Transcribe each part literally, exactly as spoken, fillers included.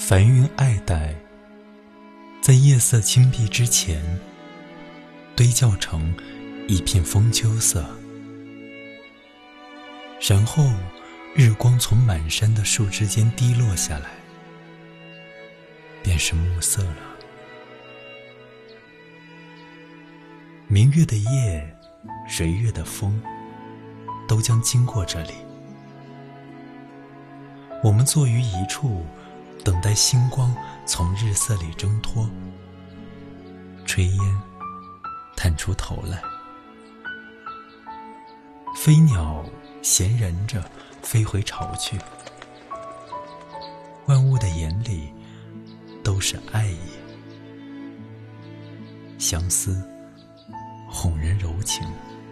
繁云爱戴，在夜色倾碧之前，堆校成一片枫秋色，然后日光从满山的树枝间滴落下来，便是暮色了。明月的夜，蕊月的风，都将经过这里。我们坐于一处，等待星光从日色里挣脱，炊烟探出头来。飞鸟闲人着飞回巢去，万物的眼里都是爱意，相思哄人柔情。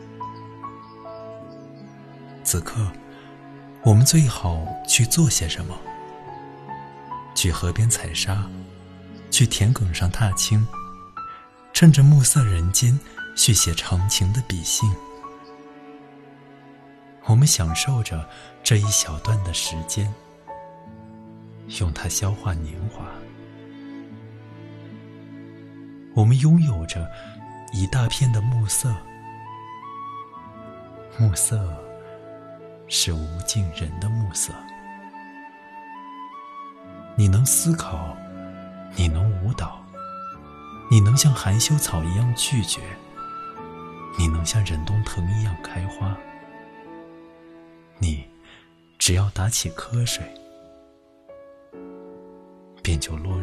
此刻我们最好去做些什么？去河边采沙，去田埂上踏青，趁着暮色人间续写长情的笔信。我们享受着这一小段的时间，用它消化年华。我们拥有着一大片的暮色，暮色是无尽人的暮色。你能思考，你能舞蹈，你能像含羞草一样拒绝，你能像忍冬藤一样开花。你只要打起瞌睡，便就落